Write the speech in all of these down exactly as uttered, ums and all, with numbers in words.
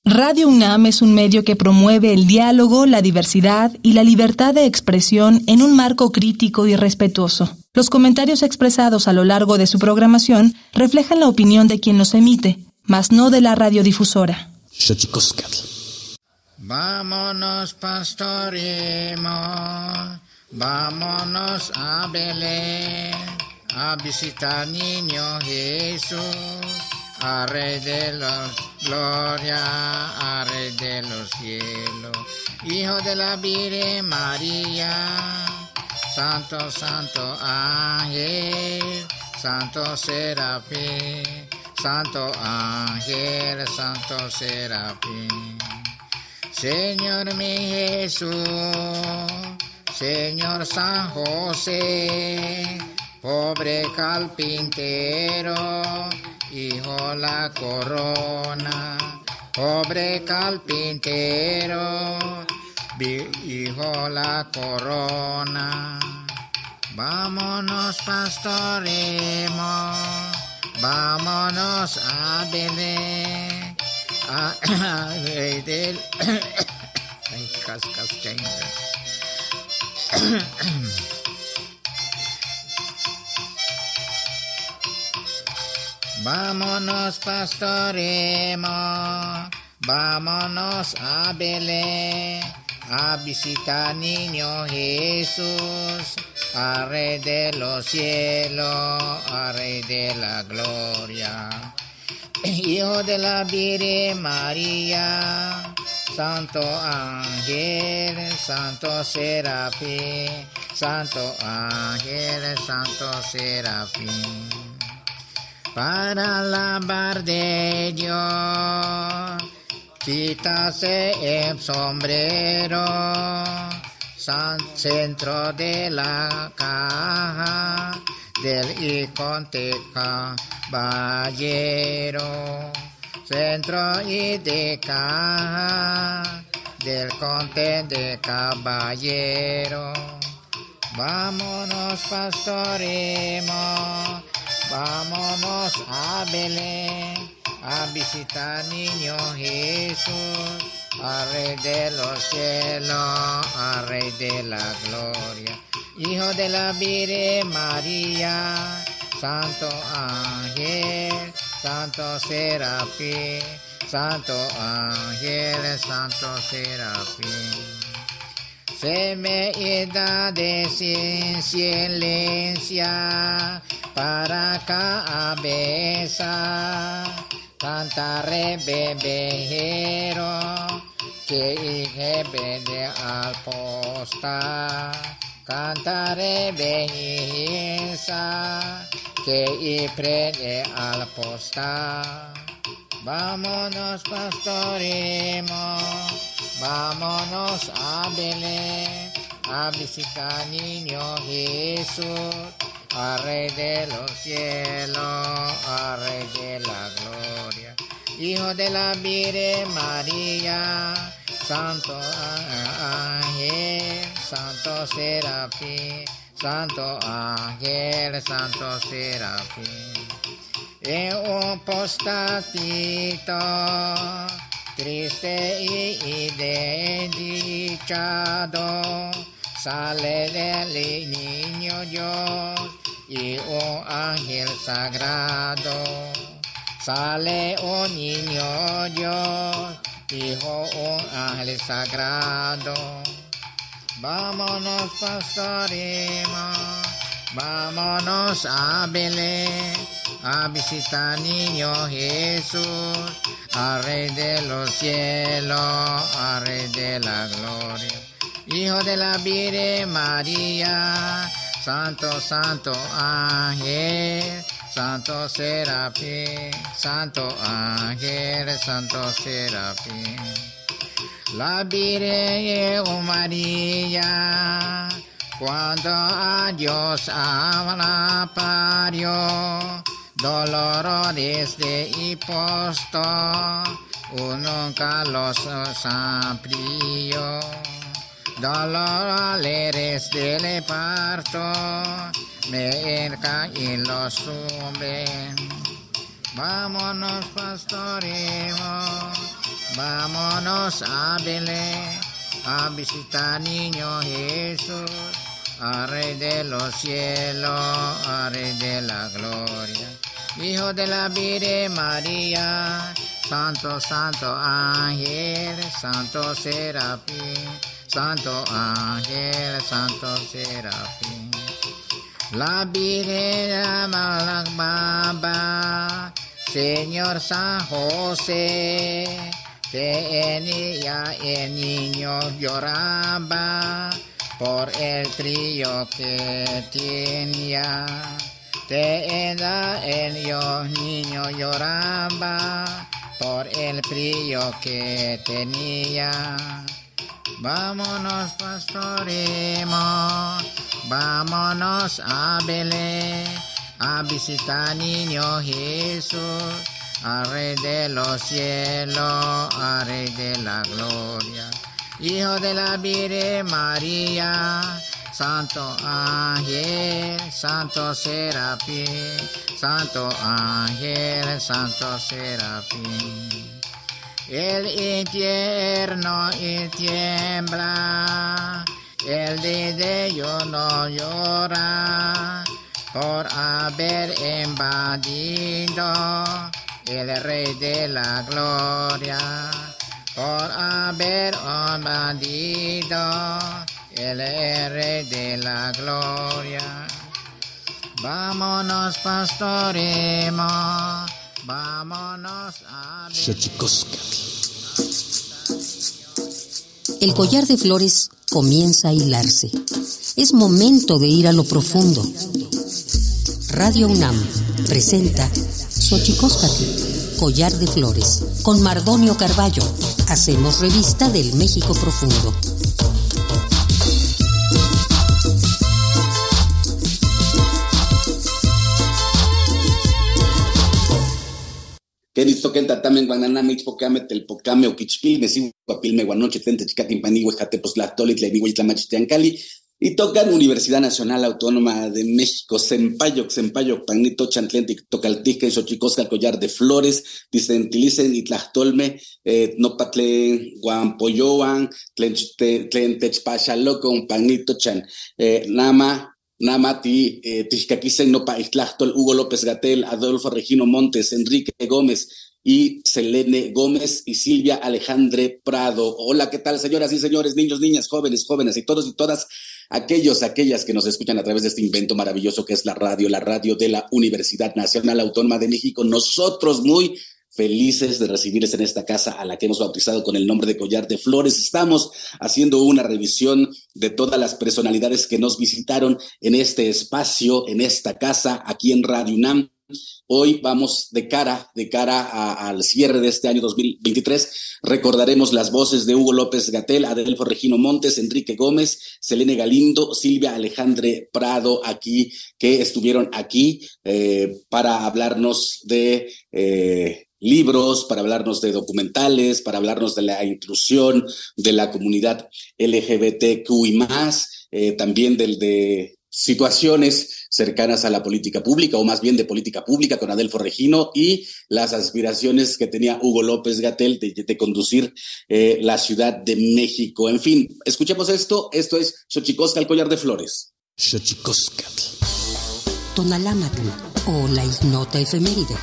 Radio UNAM es un medio que promueve el diálogo, la diversidad y la libertad de expresión en un marco crítico y respetuoso. Los comentarios expresados a lo largo de su programación reflejan la opinión de quien los emite, mas no de la radiodifusora. Vámonos, pastoremos, vámonos a Belén, a visitar niño Jesús. A Rey de los gloria, a Rey de los cielos, Hijo de la Virgen María, Santo, Santo Ángel, Santo Serafín, Santo Ángel, Santo Serafín. Señor mi Jesús, Señor San José, pobre carpintero, hijo la corona, pobre carpintero, hijo la corona. Vámonos, pastoremos, vámonos a Belén, a, a Rey del... Ay, cascas, Vámonos, pastoremos, vámonos a Belén, a visitar niño Jesús, a Rey de los cielos, a Rey de la gloria, Hijo de la Virgen María, Santo Ángel, Santo Serafín, Santo Ángel, Santo Serafín. Para alabar de Dios, quítase el sombrero, san, centro de la caja del iconte caballero, centro y de caja del conte de caballero. Vámonos, pastoremos, vámonos a Belén, a visitar niño Jesús, a Rey de los cielos, a Rey de la gloria, Hijo de la Virgen María, Santo Ángel, Santo Serafín, Santo Ángel, Santo Serafín. Se me da de silencia para cabeza, cantaré bebejero, que jebe de al posta, cantaré belleza, que prende al posta. Vámonos, pastoremos, vámonos a Belén, a visitar niño Jesús, a Rey de los cielos, a Rey de la gloria, Hijo de la Virgen María, Santo Ángel, Santo Serafín, Santo Ángel, Santo Serafín. En un postatito triste y desdichado sale del niño Dios y un ángel sagrado. Sale un niño Dios, hijo un ángel sagrado. Vámonos, pastoremos, vámonos a Belén, a visitar niño Jesús, a Rey de los cielos, a Rey de la gloria, Hijo de la Virgen María, Santo, Santo Ángel, Santo Serafín, Santo Ángel, Santo Serafín. La Virgen María, cuando a Dios la parió, dolores de hiposto, nunca los amplió. Dolores del parto, merca y los suben. Vámonos, pastoremos, vámonos a Belén, a visitar niño Jesús, al Rey de los cielos, al Rey de la gloria, Hijo de la Virgen María, Santo, Santo Ángel, Santo Serafín, Santo Ángel, Santo Serafín. La Virgen Malakbaba, Señor San José, que en ella el niño lloraba por el frío que tenía. Que en el niño lloraba por el frío que tenía. Vámonos, pastoremos, vámonos a Belén, a visitar niño Jesús, al Rey de los cielos, al Rey de la gloria, Hijo de la Virgen María, Santo Ángel, Santo Serafín, Santo Ángel, Santo Serafín. El infierno y tiembla, el destello no llora, por haber invadido el Rey de la gloria, por haber invadido el Rey de la gloria. Vámonos, pastoremos, vámonos a Xochicóscatl. El collar de flores comienza a hilarse. Es momento de ir a lo profundo. Radio UNAM presenta Xochicóscatl, collar de flores, con Mardonio Carballo. Hacemos revista del México profundo. Queristo Kenta Tamen Guanana Mich Pocame Telpocame Oquichpil, Mesiu Papilme Guanoche, Tente Chicatimpanigua, Jatepos Lactolit, Levihuit Lamachitiancali, y tocan Universidad Nacional Autónoma de México, Sempayo, Sempayo, Pagnito, Chantlentic, Tocaltica, Xochicóscatl, collar de flores, Dicentilicen y Tlachtolme, eh, Nopatle, Guampoyoan, Tlentechpachaloco, un Pagnito Chan, eh, Nama, Namati, eh, Tixcaquisen, Nopa Ixtlachtol, Hugo López Gatell, Adolfo Regino Montes, Enrique Gómez y Selene Gómez y Silvia Alejandre Prado. Hola, ¿qué tal, señoras y señores, niños, niñas, jóvenes, jóvenes y todos y todas aquellos, aquellas que nos escuchan a través de este invento maravilloso que es la radio, la radio de la Universidad Nacional Autónoma de México? Nosotros muy felices de recibirles en esta casa a la que hemos bautizado con el nombre de Collar de Flores. Estamos haciendo una revisión de todas las personalidades que nos visitaron en este espacio, en esta casa, aquí en Radio UNAM. Hoy vamos de cara, de cara a, al cierre de este año dos mil veintitrés. Recordaremos las voces de Hugo López Gatell, Adolfo Regino Montes, Enrique Gómez, Selene Galindo, Silvia Alejandre Prado, aquí, que estuvieron aquí eh, para hablarnos de Eh, libros, para hablarnos de documentales, para hablarnos de la inclusión de la comunidad L G B T Q I más, eh, también del de situaciones cercanas a la política pública, o más bien de política pública con Adolfo Regino, y las aspiraciones que tenía Hugo López Gatell de, de conducir eh, la Ciudad de México. En fin, escuchemos esto. Esto es Xochicóscatl, collar de flores. Xochicóscatl. Tonalámatl, o la ignota efeméride.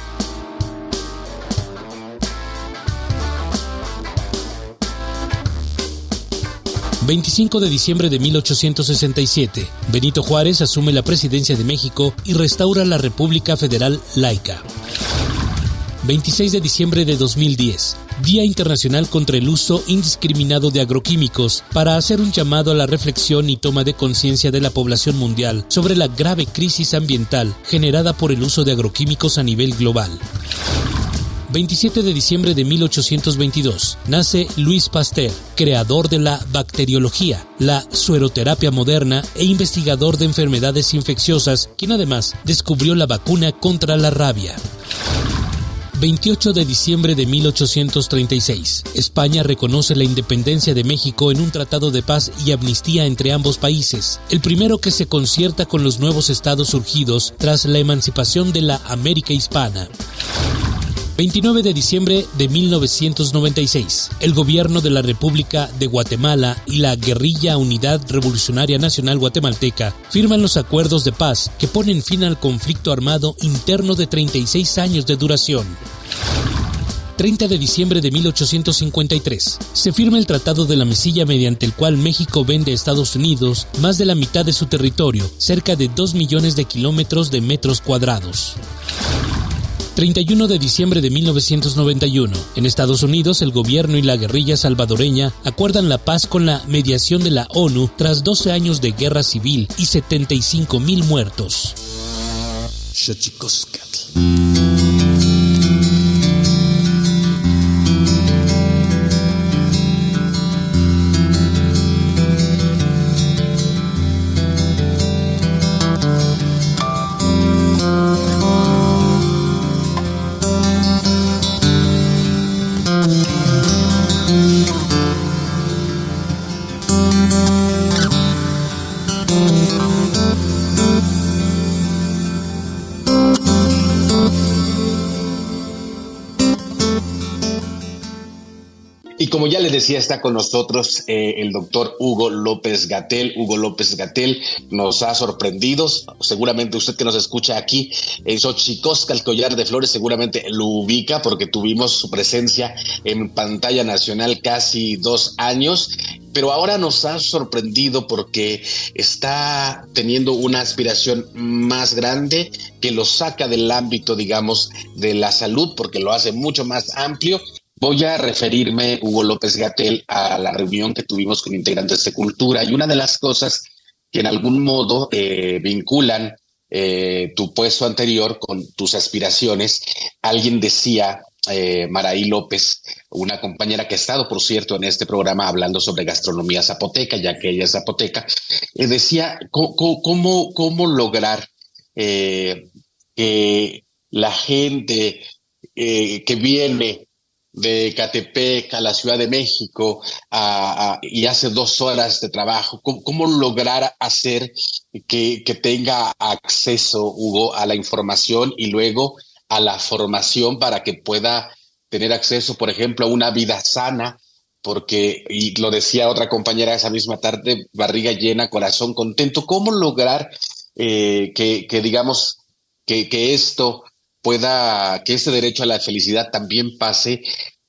veinticinco de diciembre de mil ochocientos sesenta y siete, Benito Juárez asume la presidencia de México y restaura la República Federal laica. veintiséis de diciembre de dos mil diez, Día Internacional contra el Uso Indiscriminado de Agroquímicos, para hacer un llamado a la reflexión y toma de conciencia de la población mundial sobre la grave crisis ambiental generada por el uso de agroquímicos a nivel global. veintisiete de diciembre de mil ochocientos veintidós, nace Louis Pasteur, creador de la bacteriología, la sueroterapia moderna e investigador de enfermedades infecciosas, quien además descubrió la vacuna contra la rabia. veintiocho de diciembre de mil ochocientos treinta y seis, España reconoce la independencia de México en un tratado de paz y amnistía entre ambos países, el primero que se concierta con los nuevos estados surgidos tras la emancipación de la América hispana. veintinueve de diciembre de mil novecientos noventa y seis. El gobierno de la República de Guatemala y la guerrilla Unidad Revolucionaria Nacional Guatemalteca firman los acuerdos de paz que ponen fin al conflicto armado interno de treinta y seis años de duración. treinta de diciembre de mil ochocientos cincuenta y tres. Se firma el Tratado de la Mesilla, mediante el cual México vende a Estados Unidos más de la mitad de su territorio, cerca de dos millones de kilómetros de metros cuadrados. treinta y uno de diciembre de mil novecientos noventa y uno. En Estados Unidos, el gobierno y la guerrilla salvadoreña acuerdan la paz con la mediación de la ONU tras doce años de guerra civil y setenta y cinco mil muertos. Y como ya les decía, está con nosotros eh, el doctor Hugo López-Gatell. Hugo López-Gatell nos ha sorprendido. Seguramente usted que nos escucha aquí en Xochicóscal, Collar de Flores, seguramente lo ubica porque tuvimos su presencia en pantalla nacional casi dos años. Pero ahora nos ha sorprendido porque está teniendo una aspiración más grande que lo saca del ámbito, digamos, de la salud, porque lo hace mucho más amplio. Voy a referirme, Hugo López-Gatell, a la reunión que tuvimos con integrantes de Cultura, y una de las cosas que en algún modo eh, vinculan eh, tu puesto anterior con tus aspiraciones. Alguien decía, eh, Maraí López, una compañera que ha estado, por cierto, en este programa hablando sobre gastronomía zapoteca, ya que ella es zapoteca, eh, decía cómo, cómo, cómo lograr eh, que la gente eh, que viene de Catepec a la Ciudad de México a, a, y hace dos horas de trabajo, ¿cómo, cómo lograr hacer que, que tenga acceso, Hugo, a la información y luego a la formación para que pueda tener acceso, por ejemplo, a una vida sana? Porque, y lo decía otra compañera esa misma tarde, barriga llena, corazón contento. ¿Cómo lograr eh, que, que digamos que, que esto pueda, que ese derecho a la felicidad también pase,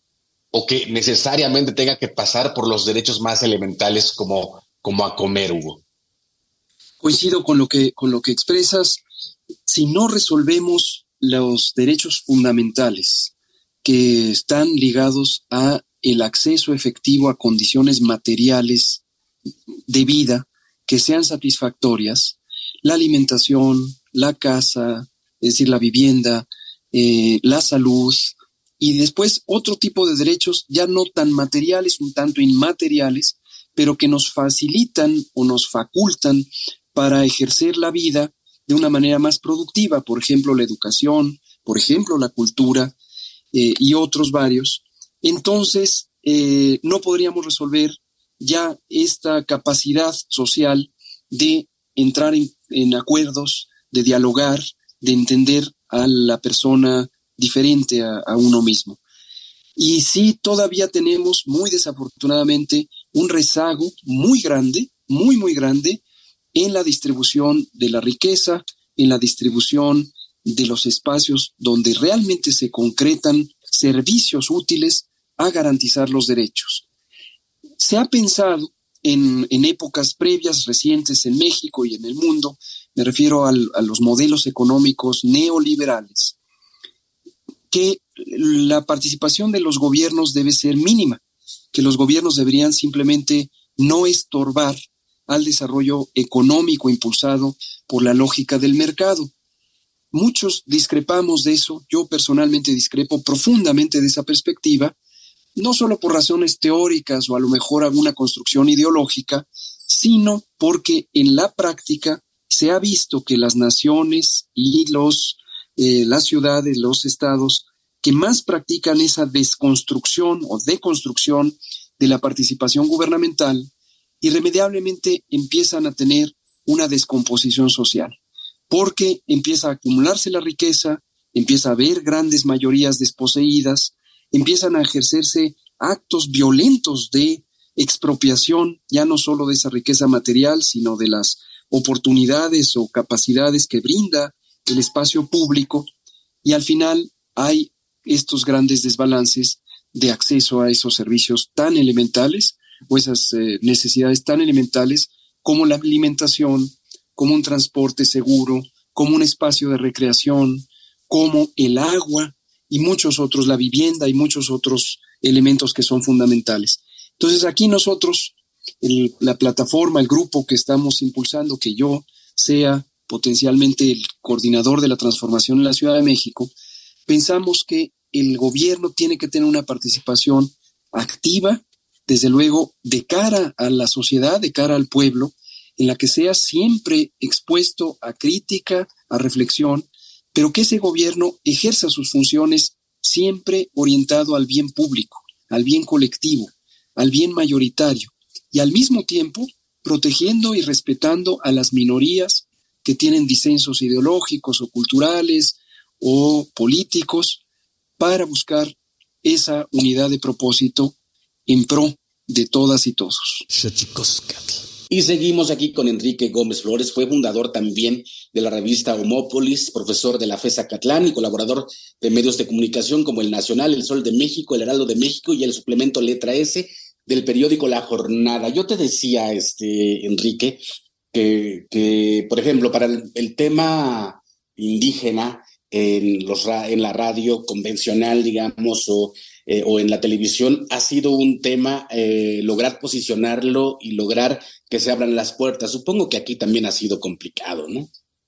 o que necesariamente tenga que pasar por los derechos más elementales como, como a comer, Hugo? Coincido con lo que, con lo que expresas. Si no resolvemos los derechos fundamentales que están ligados a el acceso efectivo a condiciones materiales de vida que sean satisfactorias, la alimentación, la casa, es decir, la vivienda, eh, la salud, y después otro tipo de derechos ya no tan materiales, un tanto inmateriales, pero que nos facilitan o nos facultan para ejercer la vida de una manera más productiva, por ejemplo, la educación, por ejemplo, la cultura eh, y otros varios. Entonces, eh, no podríamos resolver ya esta capacidad social de entrar en, en acuerdos, de dialogar, de entender a la persona diferente a, a uno mismo. Y sí, todavía tenemos, muy desafortunadamente, un rezago muy grande, muy, muy grande, en la distribución de la riqueza, en la distribución de los espacios donde realmente se concretan servicios útiles a garantizar los derechos. Se ha pensado en, en épocas previas, recientes en México y en el mundo, me refiero al, a los modelos económicos neoliberales, que la participación de los gobiernos debe ser mínima, que los gobiernos deberían simplemente no estorbar al desarrollo económico impulsado por la lógica del mercado. Muchos discrepamos de eso. Yo personalmente discrepo profundamente de esa perspectiva, no solo por razones teóricas o a lo mejor alguna construcción ideológica, sino porque en la práctica se ha visto que las naciones y los, eh, las ciudades, los estados que más practican esa desconstrucción o deconstrucción de la participación gubernamental, irremediablemente empiezan a tener una descomposición social, porque empieza a acumularse la riqueza, empieza a haber grandes mayorías desposeídas, empiezan a ejercerse actos violentos de expropiación, ya no solo de esa riqueza material, sino de las oportunidades o capacidades que brinda el espacio público, y al final hay estos grandes desbalances de acceso a esos servicios tan elementales o esas eh, necesidades tan elementales como la alimentación, como un transporte seguro, como un espacio de recreación, como el agua y muchos otros, la vivienda y muchos otros elementos que son fundamentales. Entonces aquí nosotros, el, la plataforma, el grupo que estamos impulsando, que yo sea potencialmente el coordinador de la transformación en la Ciudad de México, pensamos que el gobierno tiene que tener una participación activa, desde luego, de cara a la sociedad, de cara al pueblo, en la que sea siempre expuesto a crítica, a reflexión, pero que ese gobierno ejerza sus funciones siempre orientado al bien público, al bien colectivo, al bien mayoritario, y al mismo tiempo protegiendo y respetando a las minorías que tienen disensos ideológicos o culturales o políticos, para buscar esa unidad de propósito en pro de todas y todos. Y seguimos aquí con Enrique Gómez Flores. Fue fundador también de la revista Homópolis, profesor de la FES Acatlán y colaborador de medios de comunicación como El Nacional, El Sol de México, El Heraldo de México y el suplemento Letra S del periódico La Jornada. Yo te decía, este, Enrique, que, que por ejemplo, para el, el tema indígena, en, los, en la radio convencional, digamos, o, eh, o en la televisión, ha sido un tema eh, lograr posicionarlo y lograr que se abran las puertas. Supongo que aquí también ha sido complicado, ¿no?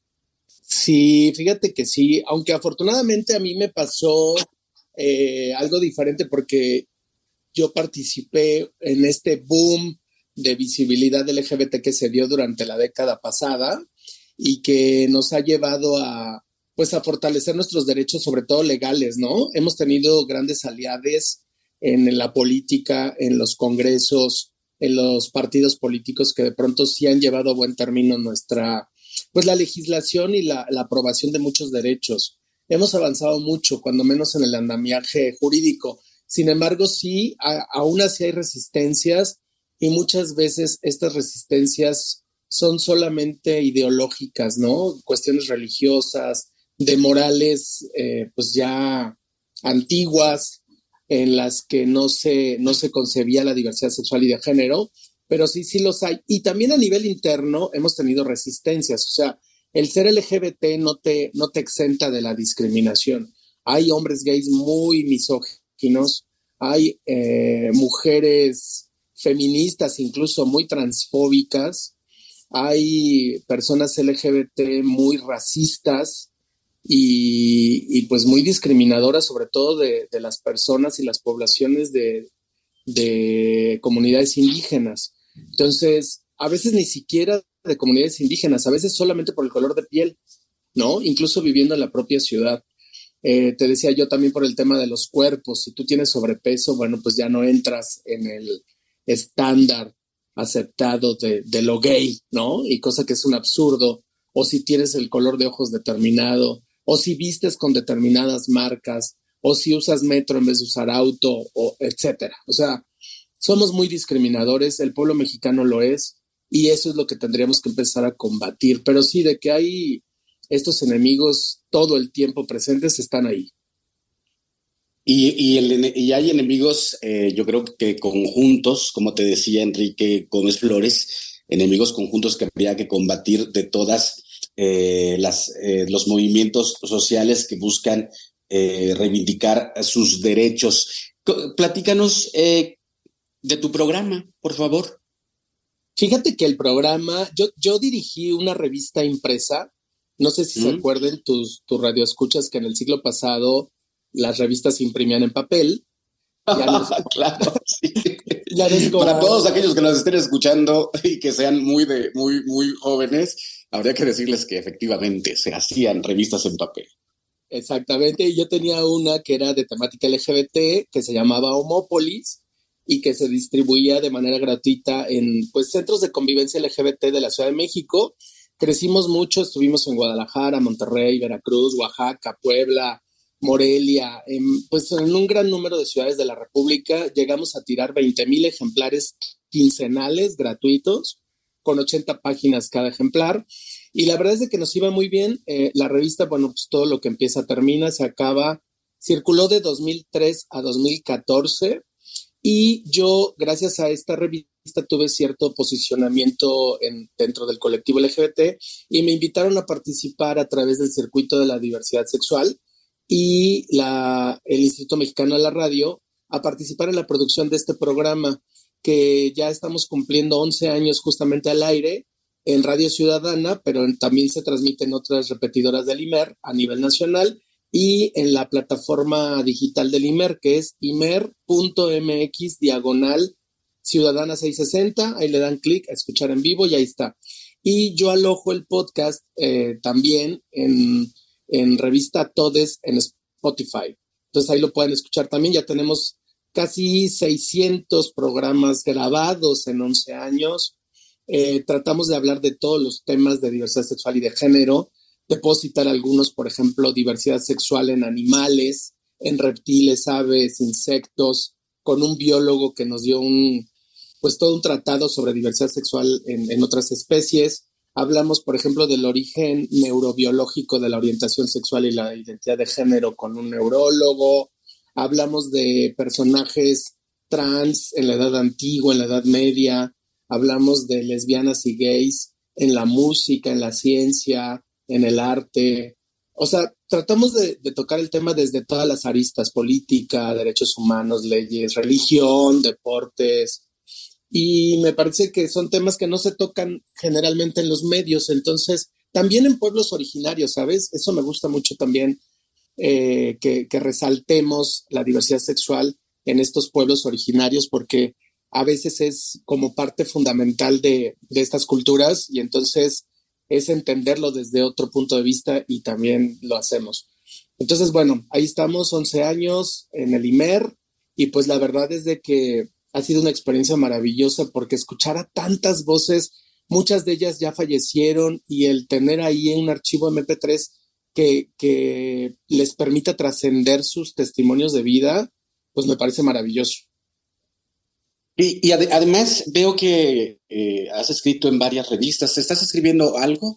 Sí, fíjate que sí, aunque afortunadamente a mí me pasó eh, algo diferente porque yo participé en este boom de visibilidad L G B T que se dio durante la década pasada y que nos ha llevado a pues a fortalecer nuestros derechos, sobre todo legales, ¿no? Hemos tenido grandes aliados en la política, en los congresos, en los partidos políticos que de pronto sí han llevado a buen término nuestra, pues la legislación y la, la aprobación de muchos derechos. Hemos avanzado mucho, cuando menos en el andamiaje jurídico. Sin embargo, sí, a, aún así hay resistencias y muchas veces estas resistencias son solamente ideológicas, ¿no? Cuestiones religiosas, de morales eh, pues ya antiguas en las que no se, no se concebía la diversidad sexual y de género, pero sí, sí los hay. Y también a nivel interno hemos tenido resistencias, o sea, el ser L G B T no te, no te exenta de la discriminación. Hay hombres gays muy misóginos, hay eh, mujeres feministas incluso muy transfóbicas, hay personas L G B T muy racistas, Y, y pues muy discriminadora, sobre todo de, de las personas y las poblaciones de, de comunidades indígenas. Entonces, a veces ni siquiera de comunidades indígenas, a veces solamente por el color de piel, ¿no? Incluso viviendo en la propia ciudad. Eh, te decía yo también por el tema de los cuerpos. Si tú tienes sobrepeso, bueno, pues ya no entras en el estándar aceptado de, de lo gay, ¿no? Y cosa que es un absurdo. O si tienes el color de ojos determinado, o si vistes con determinadas marcas, o si usas metro en vez de usar auto, o etcétera. O sea, somos muy discriminadores, el pueblo mexicano lo es, y eso es lo que tendríamos que empezar a combatir. Pero sí, de que hay estos enemigos todo el tiempo presentes, están ahí. Y, y, el, y hay enemigos, eh, yo creo que conjuntos, como te decía Enrique Gómez Flores, enemigos conjuntos que habría que combatir de todas eh, las, eh, los movimientos sociales que buscan eh, reivindicar sus derechos. Platícanos eh, de tu programa, por favor. Fíjate que el programa, yo, yo dirigí una revista impresa, no sé si ¿Mm? se acuerden tus, tus radioescuchas que en el siglo pasado las revistas se imprimían en papel. Ya nos, claro, sí. Ya como... Para todos aquellos que nos estén escuchando y que sean muy, de, muy, muy jóvenes, habría que decirles que efectivamente se hacían revistas en papel. Exactamente, y yo tenía una que era de temática L G B T, que se llamaba Homópolis, y que se distribuía de manera gratuita en pues centros de convivencia L G B T de la Ciudad de México, crecimos mucho, estuvimos en Guadalajara, Monterrey, Veracruz, Oaxaca, Puebla, Morelia, en, pues en un gran número de ciudades de la República. Llegamos a tirar veinte mil ejemplares quincenales gratuitos, con ochenta páginas cada ejemplar. Y la verdad es de que nos iba muy bien. Eh, la revista, bueno, pues todo lo que empieza termina, se acaba. Circuló de dos mil tres a dos mil catorce y yo, gracias a esta revista, tuve cierto posicionamiento en, dentro del colectivo L G B T y me invitaron a participar a través del circuito de la diversidad sexual y la, el Instituto Mexicano de la Radio a participar en la producción de este programa, que ya estamos cumpliendo once años justamente al aire en Radio Ciudadana, pero también se transmite en otras repetidoras del I M E R a nivel nacional y en la plataforma digital del I M E R, que es imer punto mx diagonal Ciudadana seiscientos sesenta. Ahí le dan clic a escuchar en vivo y ahí está. Y yo alojo el podcast eh, también en, en Revista Todes en Spotify. Entonces ahí lo pueden escuchar también. Ya tenemos casi seiscientos programas grabados en once años. Eh, tratamos de hablar de todos los temas de diversidad sexual y de género. Te puedo citar algunos, por ejemplo, diversidad sexual en animales, en reptiles, aves, insectos, con un biólogo que nos dio un, pues todo un tratado sobre diversidad sexual en, en otras especies. Hablamos, por ejemplo, del origen neurobiológico de la orientación sexual y la identidad de género con un neurólogo. Hablamos de personajes trans en la edad antigua, en la edad media. Hablamos de lesbianas y gays en la música, en la ciencia, en el arte. O sea, tratamos de, de tocar el tema desde todas las aristas: política, derechos humanos, leyes, religión, deportes. Y me parece que son temas que no se tocan generalmente en los medios. Entonces, también en pueblos originarios, ¿sabes? Eso me gusta mucho también, eh, que, que resaltemos la diversidad sexual en estos pueblos originarios, porque a veces es como parte fundamental de, de estas culturas y entonces es entenderlo desde otro punto de vista y también lo hacemos. Entonces, bueno, ahí estamos, once años en el I M E R y pues la verdad es de que ha sido una experiencia maravillosa porque escuchar a tantas voces, muchas de ellas ya fallecieron, y el tener ahí un archivo eme pe tres que, que les permita trascender sus testimonios de vida, pues me parece maravilloso. Y, y ad- además veo que eh, has escrito en varias revistas. ¿Estás escribiendo algo?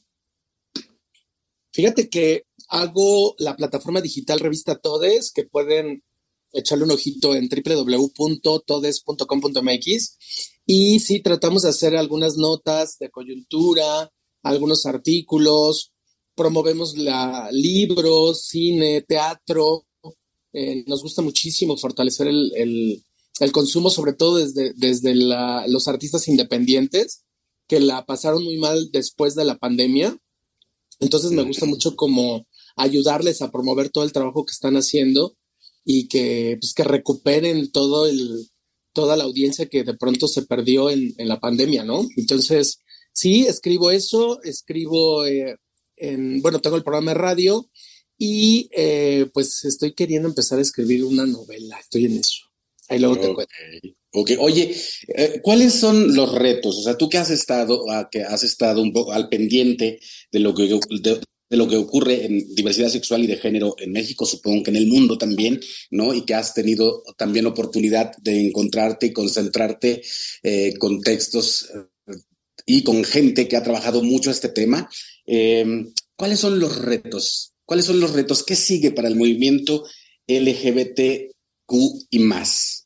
Fíjate que hago la plataforma digital Revista Todes, que pueden echarle un ojito en doble u doble u doble u punto todes punto com punto mx, y sí tratamos de hacer algunas notas de coyuntura, algunos artículos, promovemos la, libros, cine, teatro. Eh, nos gusta muchísimo fortalecer el, el, el consumo, sobre todo desde, desde la, los artistas independientes que la pasaron muy mal después de la pandemia. Entonces me gusta mucho como ayudarles a promover todo el trabajo que están haciendo y que, pues, que recuperen todo el, toda la audiencia que de pronto se perdió en, en la pandemia, ¿no? Entonces, sí, escribo eso, escribo, eh, en, bueno, tengo el programa de radio y eh, pues estoy queriendo empezar a escribir una novela, estoy en eso. Ahí luego te cuento. Okay. Oye, eh, ¿cuáles son los retos? O sea, tú que has estado, a, que has estado un poco al pendiente de lo que de, de lo que ocurre en diversidad sexual y de género en México, supongo que en el mundo también, ¿no? Y que has tenido también oportunidad de encontrarte y concentrarte eh, con textos eh, y con gente que ha trabajado mucho este tema. Eh, ¿Cuáles son los retos? ¿Cuáles son los retos? ¿Qué sigue para el movimiento ele ge be te cu y más?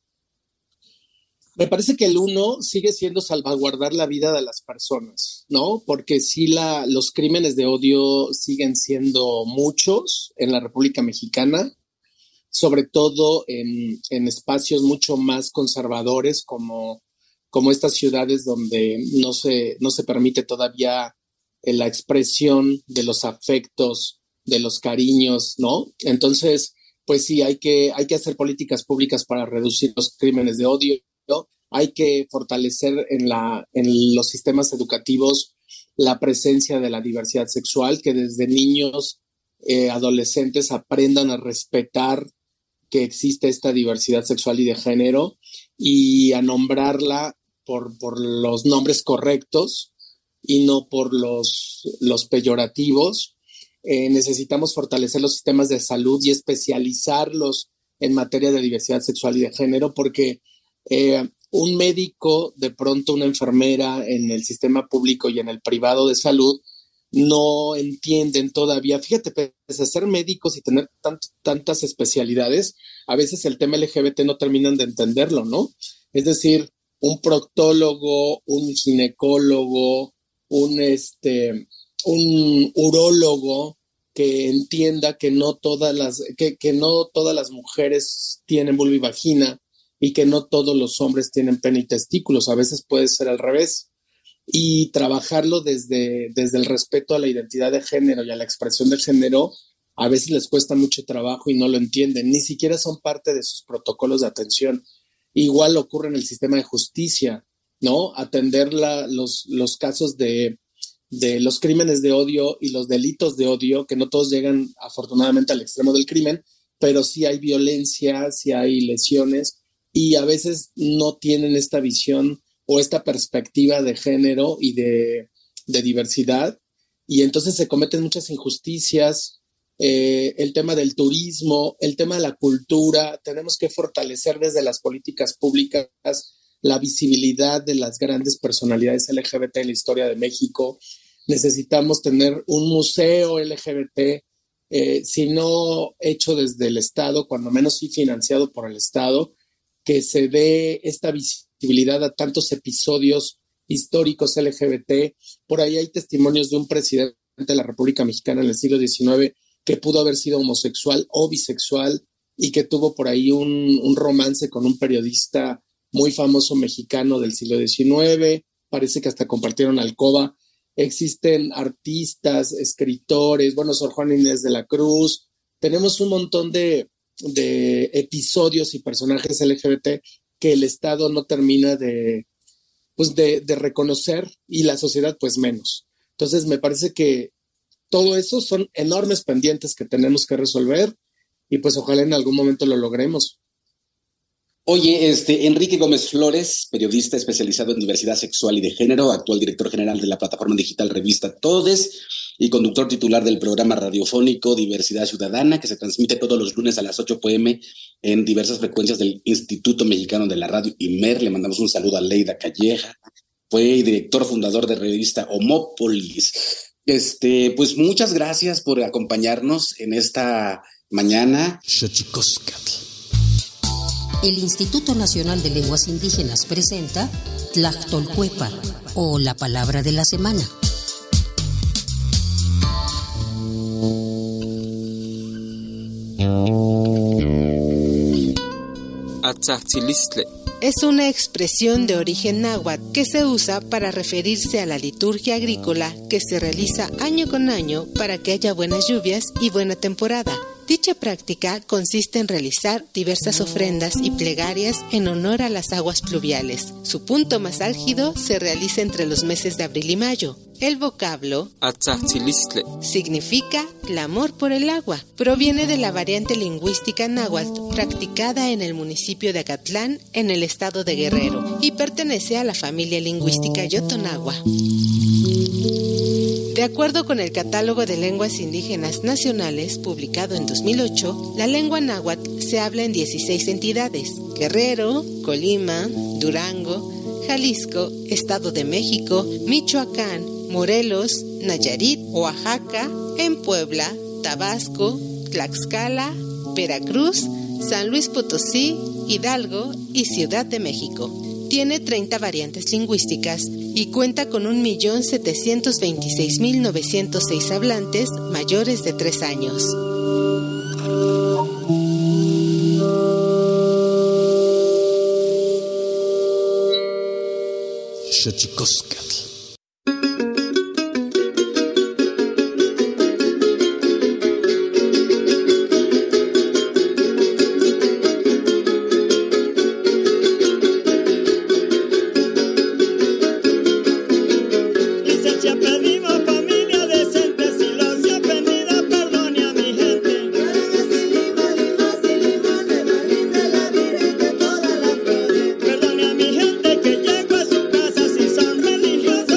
Me parece que el uno sigue siendo salvaguardar la vida de las personas, ¿no? Porque sí, la, los crímenes de odio siguen siendo muchos en la República Mexicana, sobre todo en, en espacios mucho más conservadores como, como estas ciudades donde no se, no se permite todavía la expresión de los afectos, de los cariños, ¿no? Entonces, pues sí, hay que, hay que hacer políticas públicas para reducir los crímenes de odio, ¿no? Hay que fortalecer en, la, en los sistemas educativos la presencia de la diversidad sexual, que desde niños, eh, adolescentes aprendan a respetar que existe esta diversidad sexual y de género y a nombrarla por, por los nombres correctos, y no por los, los peyorativos. Eh, necesitamos fortalecer los sistemas de salud y especializarlos en materia de diversidad sexual y de género, porque eh, un médico, de pronto una enfermera en el sistema público y en el privado de salud, no entienden todavía. Fíjate, pese a ser médicos y tener tant, tantas especialidades, a veces el tema L G B T no terminan de entenderlo, ¿no? Es decir, un proctólogo, un ginecólogo, un, este, un urólogo que entienda que no todas las, que, que no todas las mujeres tienen vulva y vagina y que no todos los hombres tienen pene y testículos. A veces puede ser al revés. Y trabajarlo desde, desde el respeto a la identidad de género y a la expresión de género, a veces les cuesta mucho trabajo y no lo entienden, ni siquiera son parte de sus protocolos de atención. Igual ocurre en el sistema de justicia, ¿no? Atender la, los, los casos de, de los crímenes de odio y los delitos de odio, que no todos llegan afortunadamente al extremo del crimen, pero sí hay violencia, sí hay lesiones, y a veces no tienen esta visión o esta perspectiva de género y de, de diversidad, y entonces se cometen muchas injusticias. Eh, el tema del turismo, el tema de la cultura, tenemos que fortalecer desde las políticas públicas la visibilidad de las grandes personalidades L G B T en la historia de México. Necesitamos tener un museo L G B T, eh, si no hecho desde el Estado, cuando menos sí financiado por el Estado, que se dé esta visibilidad a tantos episodios históricos L G B T. Por ahí hay testimonios de un presidente de la República Mexicana en el siglo diecinueve que pudo haber sido homosexual o bisexual y que tuvo por ahí un, un romance con un periodista muy famoso mexicano del siglo diecinueve. Parece que hasta compartieron alcoba. Existen artistas, escritores, bueno, Sor Juana Inés de la Cruz. Tenemos un montón de, de episodios y personajes L G B T que el Estado no termina de, pues de, de reconocer, y la sociedad pues menos. Entonces me parece que todo eso son enormes pendientes que tenemos que resolver, y pues ojalá en algún momento lo logremos. Oye, este, Enrique Gómez Flores, periodista especializado en diversidad sexual y de género, actual director general de la plataforma digital Revista Todes y conductor titular del programa radiofónico Diversidad Ciudadana, que se transmite todos los lunes a las ocho p.m. en diversas frecuencias del Instituto Mexicano de la Radio I M E R. Le mandamos un saludo a Leida Calleja. Fue director fundador de revista Homópolis. Este, pues muchas gracias por acompañarnos en esta mañana. El Instituto Nacional de Lenguas Indígenas presenta Tlachtolcuepa, o la palabra de la semana. Es una expresión de origen náhuatl que se usa para referirse a la liturgia agrícola que se realiza año con año para que haya buenas lluvias y buena temporada. Dicha práctica consiste en realizar diversas ofrendas y plegarias en honor a las aguas pluviales. Su punto más álgido se realiza entre los meses de abril y mayo. El vocablo significa clamor por el agua. Proviene de la variante lingüística náhuatl practicada en el municipio de Acatlán, en el estado de Guerrero, y pertenece a la familia lingüística Yotonagua. De acuerdo con el Catálogo de Lenguas Indígenas Nacionales, publicado en dos mil ocho, la lengua náhuatl se habla en dieciséis entidades: Guerrero, Colima, Durango, Jalisco, Estado de México, Michoacán, Morelos, Nayarit, Oaxaca, en Puebla, Tabasco, Tlaxcala, Veracruz, San Luis Potosí, Hidalgo y Ciudad de México. Tiene treinta variantes lingüísticas y cuenta con un millón setecientos veintiséis mil novecientos seis hablantes mayores de tres años. Perdone a mi gente que llegó a su casa si son religiosos.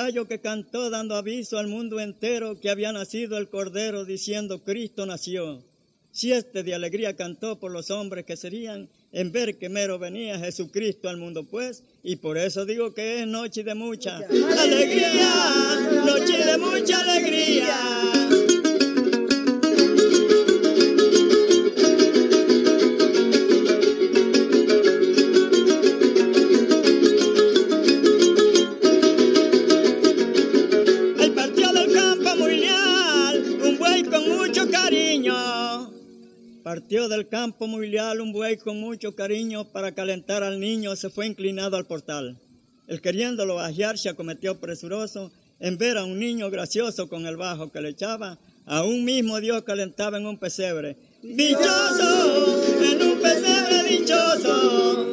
gallo que cantó dando aviso al mundo entero que había nacido el Cordero, diciendo Cristo nació. Siete de alegría cantó por los hombres que serían, en ver que mero venía Jesucristo al mundo pues, y por eso digo que es noche de mucha alegría, noche de mucha alegría. Partió del campo muy leal un buey con mucho cariño, para calentar al niño se fue inclinado al portal. Él queriéndolo bajear se acometió presuroso, en ver a un niño gracioso con el bajo que le echaba, a un mismo Dios calentaba en un pesebre. ¡Dichoso! En un pesebre dichoso.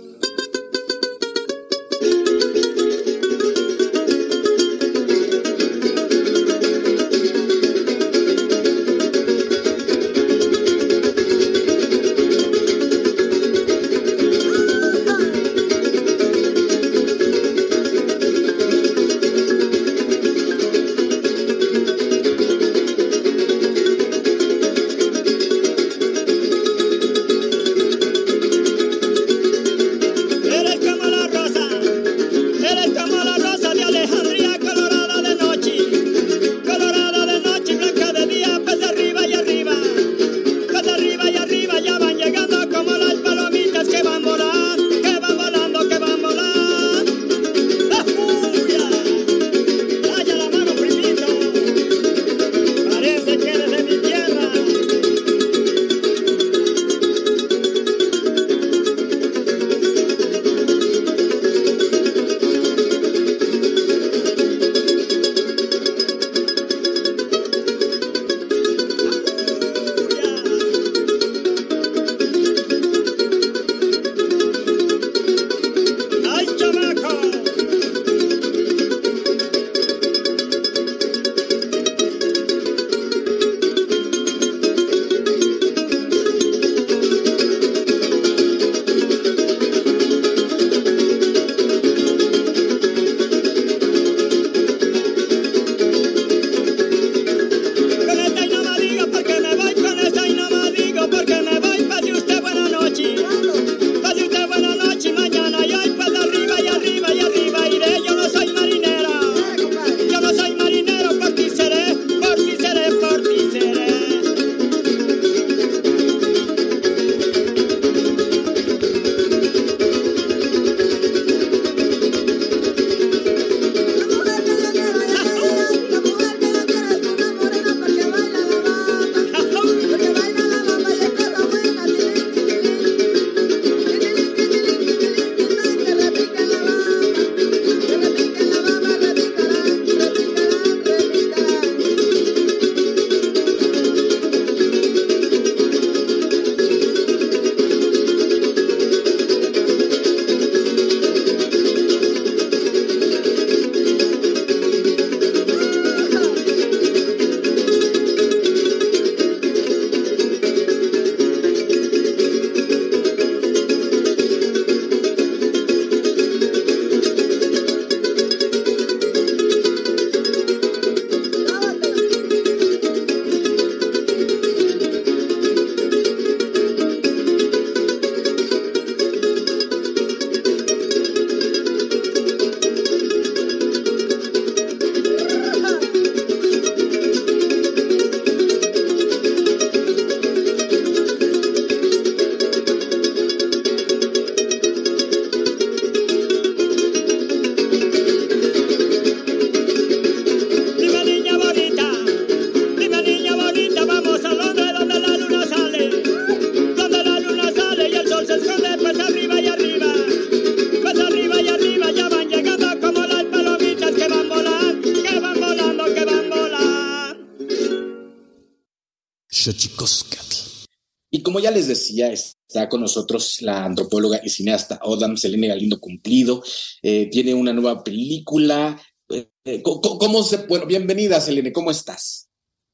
Xochicóscatl. Y como ya les decía, está con nosotros la antropóloga y cineasta Odam Selene Galindo Cumplido. Eh, tiene una nueva película. Eh, ¿cómo, ¿Cómo se...? Bueno, bienvenida, Selene, ¿cómo estás?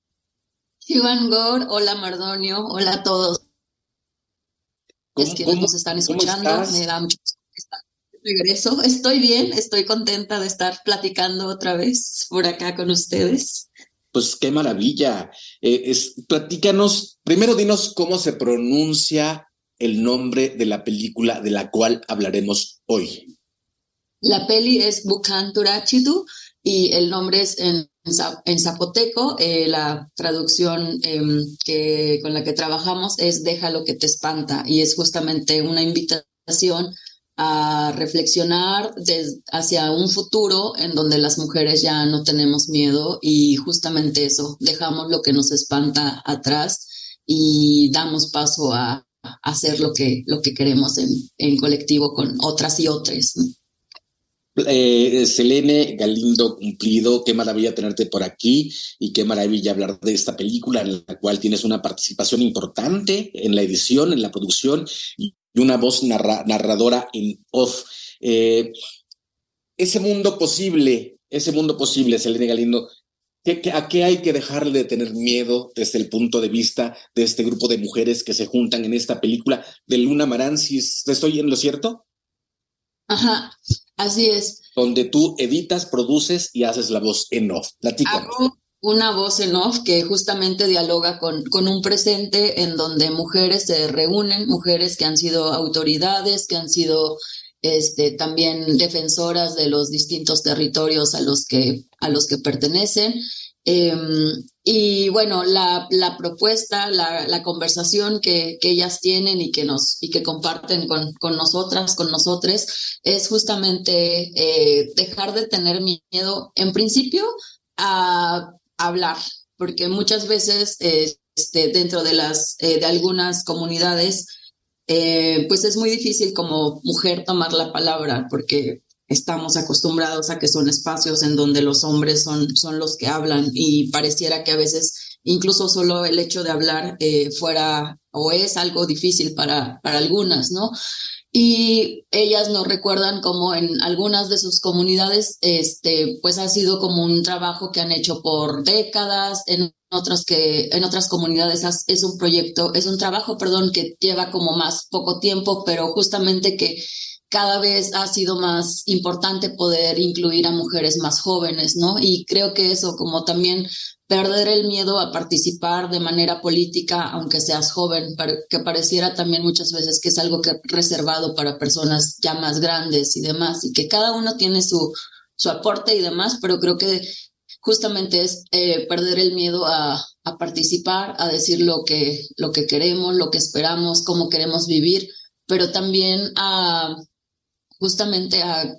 Iván Gore, hola Mardonio, hola a todos. ¿Cómo, es que cómo, nos están escuchando, me da mucho gusto estar. regreso. Estoy bien, estoy contenta de estar platicando otra vez por acá con ustedes. Pues qué maravilla. Eh, es, platícanos, primero dinos cómo se pronuncia el nombre de la película de la cual hablaremos hoy. La peli es Bukhan Turachidu y el nombre es en, en zapoteco. Eh, la traducción eh, que, con la que trabajamos es Deja lo que te espanta, y es justamente una invitación a reflexionar des, hacia un futuro en donde las mujeres ya no tenemos miedo, y justamente eso, dejamos lo que nos espanta atrás y damos paso a, a hacer lo que, lo que queremos en, en colectivo con otras y otros, ¿no? Eh, Selene Galindo Cumplido, qué maravilla tenerte por aquí y qué maravilla hablar de esta película en la cual tienes una participación importante en la edición, en la producción y una voz narra- narradora en off. Eh, ese mundo posible, ese mundo posible, Selene Galindo, ¿qué, qué, ¿a qué hay que dejarle de tener miedo desde el punto de vista de este grupo de mujeres que se juntan en esta película de Luna Marancis? ¿Estoy en lo cierto? Ajá, así es. Donde tú editas, produces y haces la voz en off. Platícanos. Hago una voz en off que justamente dialoga con, con un presente en donde mujeres se reúnen, mujeres que han sido autoridades, que han sido este, también defensoras de los distintos territorios a los que, a los que pertenecen. Eh, y bueno, la, la propuesta, la, la conversación que, que ellas tienen y que nos y que comparten con, con nosotras, con nosotres, es justamente eh, dejar de tener miedo, en principio, a hablar, porque muchas veces eh, este, dentro de las eh, de algunas comunidades, eh, pues es muy difícil como mujer tomar la palabra, porque estamos acostumbrados a que son espacios en donde los hombres son, son los que hablan, y pareciera que a veces incluso solo el hecho de hablar eh, fuera o es algo difícil para, para algunas, ¿no? Y ellas nos recuerdan como en algunas de sus comunidades, este, pues ha sido como un trabajo que han hecho por décadas, en otras que, en otras comunidades es un proyecto, es un trabajo, perdón, que lleva como más poco tiempo, pero justamente que cada vez ha sido más importante poder incluir a mujeres más jóvenes, ¿no? Y creo que eso, como también perder el miedo a participar de manera política, aunque seas joven, que pareciera también muchas veces que es algo que reservado para personas ya más grandes y demás, y que cada uno tiene su, su aporte y demás, pero creo que justamente es eh, perder el miedo a, a participar, a decir lo que, lo que queremos, lo que esperamos, cómo queremos vivir, pero también a justamente a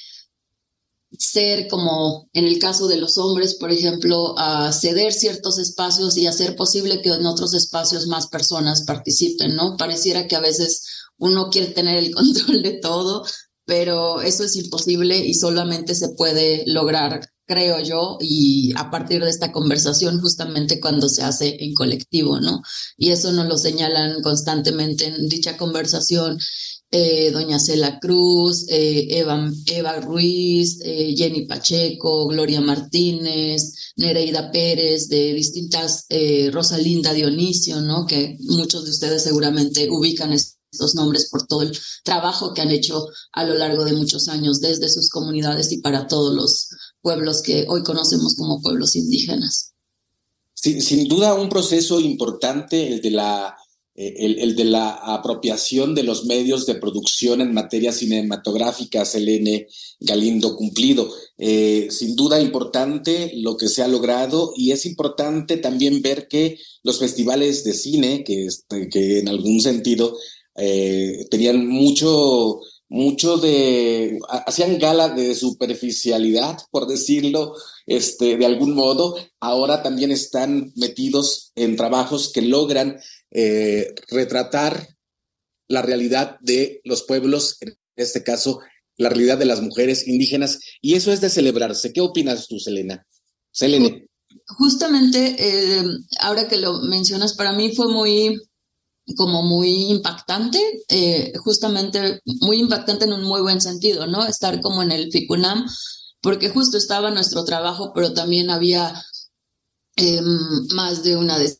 ser como en el caso de los hombres, por ejemplo, a ceder ciertos espacios y hacer posible que en otros espacios más personas participen, ¿no? Pareciera que a veces uno quiere tener el control de todo, pero eso es imposible y solamente se puede lograr, creo yo, y a partir de esta conversación justamente cuando se hace en colectivo, ¿no? Y eso nos lo señalan constantemente en dicha conversación. Eh, doña Cela Cruz, eh, Eva, Eva Ruiz, eh, Jenny Pacheco, Gloria Martínez, Nereida Pérez, de distintas, eh, Rosalinda Dionisio, ¿no? Que muchos de ustedes seguramente ubican estos nombres por todo el trabajo que han hecho a lo largo de muchos años desde sus comunidades y para todos los pueblos que hoy conocemos como pueblos indígenas. Sin, sin duda un proceso importante el de la El, el de la apropiación de los medios de producción en materia cinematográfica, Selene Galindo Cumplido. Eh, sin duda importante lo que se ha logrado, y es importante también ver que los festivales de cine, que, que en algún sentido eh, tenían mucho, mucho de, hacían gala de superficialidad, por decirlo este, de algún modo, ahora también están metidos en trabajos que logran Eh, retratar la realidad de los pueblos, en este caso, la realidad de las mujeres indígenas, y eso es de celebrarse. ¿Qué opinas tú, Selena? Selene. Justamente, eh, ahora que lo mencionas, para mí fue muy, como muy impactante, eh, justamente muy impactante en un muy buen sentido, ¿no? Estar como en el FICUNAM, porque justo estaba nuestro trabajo, pero también había eh, más de una de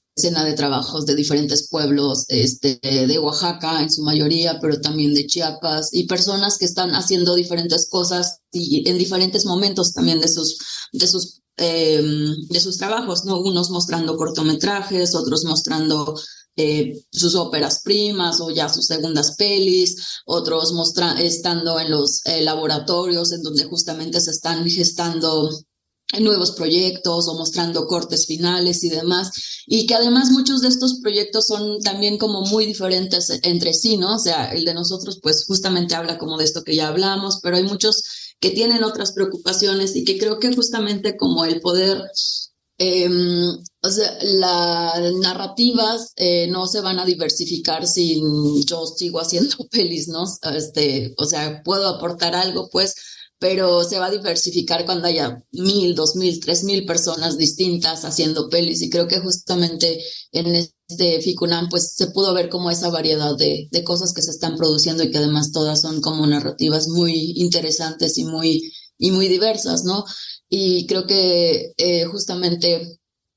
decena de trabajos de diferentes pueblos, este, de Oaxaca en su mayoría, pero también de Chiapas, y personas que están haciendo diferentes cosas y en diferentes momentos también de sus, de sus, eh, de sus trabajos, ¿no? Unos mostrando cortometrajes, otros mostrando eh, sus óperas primas o ya sus segundas pelis, otros mostra- estando en los eh, laboratorios en donde justamente se están gestando nuevos proyectos o mostrando cortes finales y demás, y que además muchos de estos proyectos son también como muy diferentes entre sí, ¿no? O sea, el de nosotros pues justamente habla como de esto que ya hablamos, pero hay muchos que tienen otras preocupaciones y que creo que justamente como el poder, eh, o sea, las narrativas eh, no se van a diversificar si yo sigo haciendo pelis, ¿no? Este, o sea, puedo aportar algo, pues, pero se va a diversificar cuando haya mil, dos mil, tres mil personas distintas haciendo pelis, y creo que justamente en este FICUNAM pues se pudo ver como esa variedad de, de cosas que se están produciendo y que además todas son como narrativas muy interesantes y muy, y muy diversas, ¿no? Y creo que eh, justamente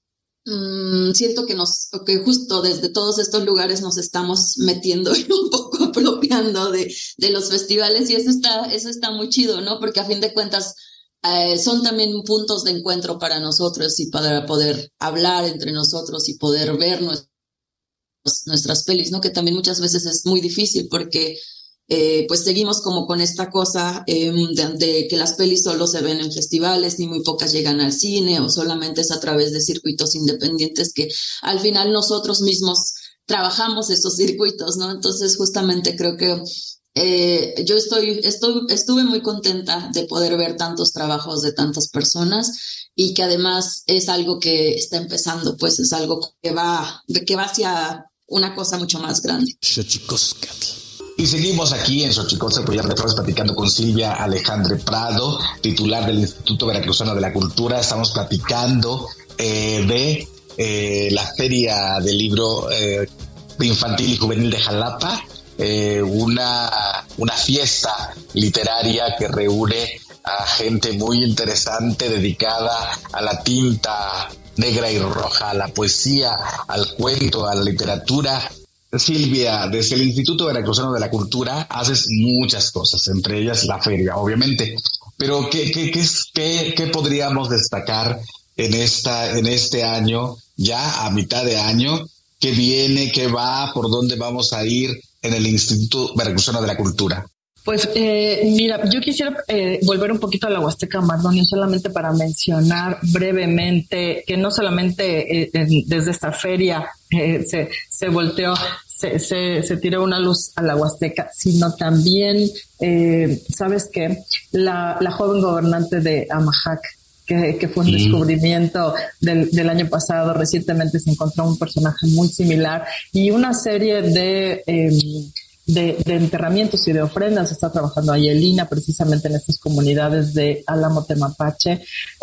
Mm, siento que nos, que justo desde todos estos lugares nos estamos metiendo y un poco apropiando de, de los festivales, y eso está, eso está muy chido, ¿no? Porque a fin de cuentas eh, son también puntos de encuentro para nosotros y para poder hablar entre nosotros y poder ver nuestros, nuestras pelis, ¿no? Que también muchas veces es muy difícil porque Eh, pues seguimos como con esta cosa eh, de, de que las pelis solo se ven en festivales y muy pocas llegan al cine, o solamente es a través de circuitos independientes que al final nosotros mismos trabajamos esos circuitos, ¿no? Entonces justamente creo que eh, yo estoy, estoy, estuve muy contenta de poder ver tantos trabajos de tantas personas, y que además es algo que está empezando, pues es algo que va, que va hacia una cosa mucho más grande. Y seguimos aquí en Xochicóscatl, Collar de Flores, platicando con Silvia Alejandre Prado, titular del Instituto Veracruzano de la Cultura. Estamos platicando eh, de eh, la Feria del Libro eh, Infantil y Juvenil de Jalapa, eh, una, una fiesta literaria que reúne a gente muy interesante dedicada a la tinta negra y roja, a la poesía, al cuento, a la literatura. Silvia, desde el Instituto Veracruzano de la Cultura haces muchas cosas, entre ellas la feria, obviamente. Pero ¿qué, qué, qué, qué, qué podríamos destacar en esta, en este año, ya a mitad de año? ¿Qué viene, qué va, por dónde vamos a ir en el Instituto Veracruzano de la Cultura? Pues eh, mira, yo quisiera eh, volver un poquito a la Huasteca Mardonio, solamente para mencionar brevemente que no solamente eh, desde esta feria eh, se, se volteó, se, se, se tiró una luz a la Huasteca, sino también, eh, ¿sabes qué? La, la joven gobernante de Amajac, que, que fue un descubrimiento del, del año pasado, recientemente se encontró un personaje muy similar, y una serie de... Eh, De, de enterramientos y de ofrendas. Está trabajando Ayelina precisamente en estas comunidades de Álamo Temapache,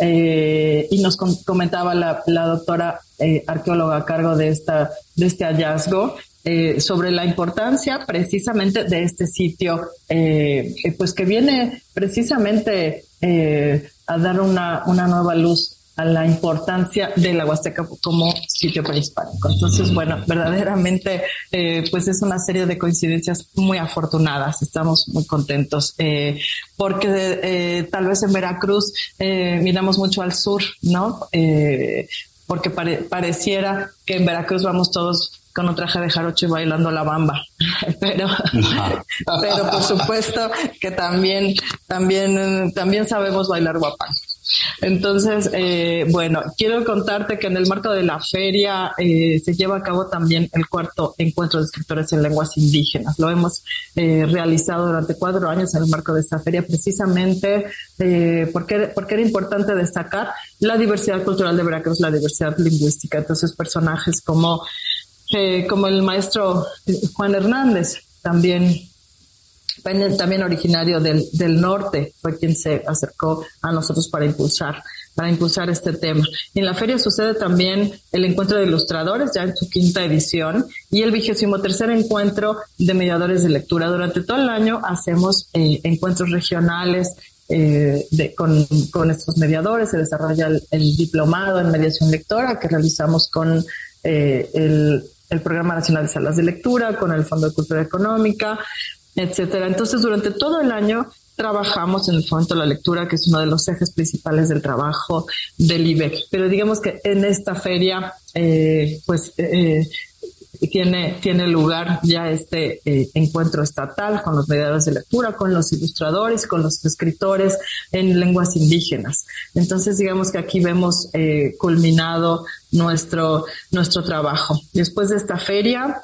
eh, y nos com- comentaba la, la doctora eh, arqueóloga a cargo de esta de este hallazgo eh, sobre la importancia precisamente de este sitio, eh, eh, pues que viene precisamente eh, a dar una una nueva luz a la importancia de la Huasteca como sitio prehispánico. Entonces, bueno, verdaderamente, eh, pues es una serie de coincidencias muy afortunadas. Estamos muy contentos, eh, porque eh, tal vez en Veracruz eh, miramos mucho al sur, ¿no? Eh, porque pare- pareciera que en Veracruz vamos todos con un traje de jarocho y bailando la bamba, pero, pero por supuesto que también, también, también sabemos bailar guapango. Entonces, eh, bueno, quiero contarte que en el marco de la feria eh, se lleva a cabo también el cuarto encuentro de escritores en lenguas indígenas. Lo hemos eh, realizado durante cuatro años en el marco de esta feria, precisamente eh, porque, porque era importante destacar la diversidad cultural de Veracruz, la diversidad lingüística. Entonces, personajes como, eh, como el maestro Juan Hernández, también también originario del, del norte, fue quien se acercó a nosotros para impulsar, para impulsar este tema. Y en la feria sucede también el encuentro de ilustradores, ya en su quinta edición, y el vigésimo tercer encuentro de mediadores de lectura. Durante todo el año hacemos eh, encuentros regionales eh, de, con, con estos mediadores. Se desarrolla el, el diplomado en mediación lectora que realizamos con eh, el, el Programa Nacional de Salas de Lectura, con el Fondo de Cultura Económica, etcétera. Entonces, durante todo el año trabajamos en el Fomento de la Lectura, que es uno de los ejes principales del trabajo del I B E C. Pero digamos que en esta feria, eh, pues, eh, tiene, tiene lugar ya este eh, encuentro estatal con los mediadores de lectura, con los ilustradores, con los escritores en lenguas indígenas. Entonces, digamos que aquí vemos eh, culminado nuestro, nuestro trabajo. Después de esta feria,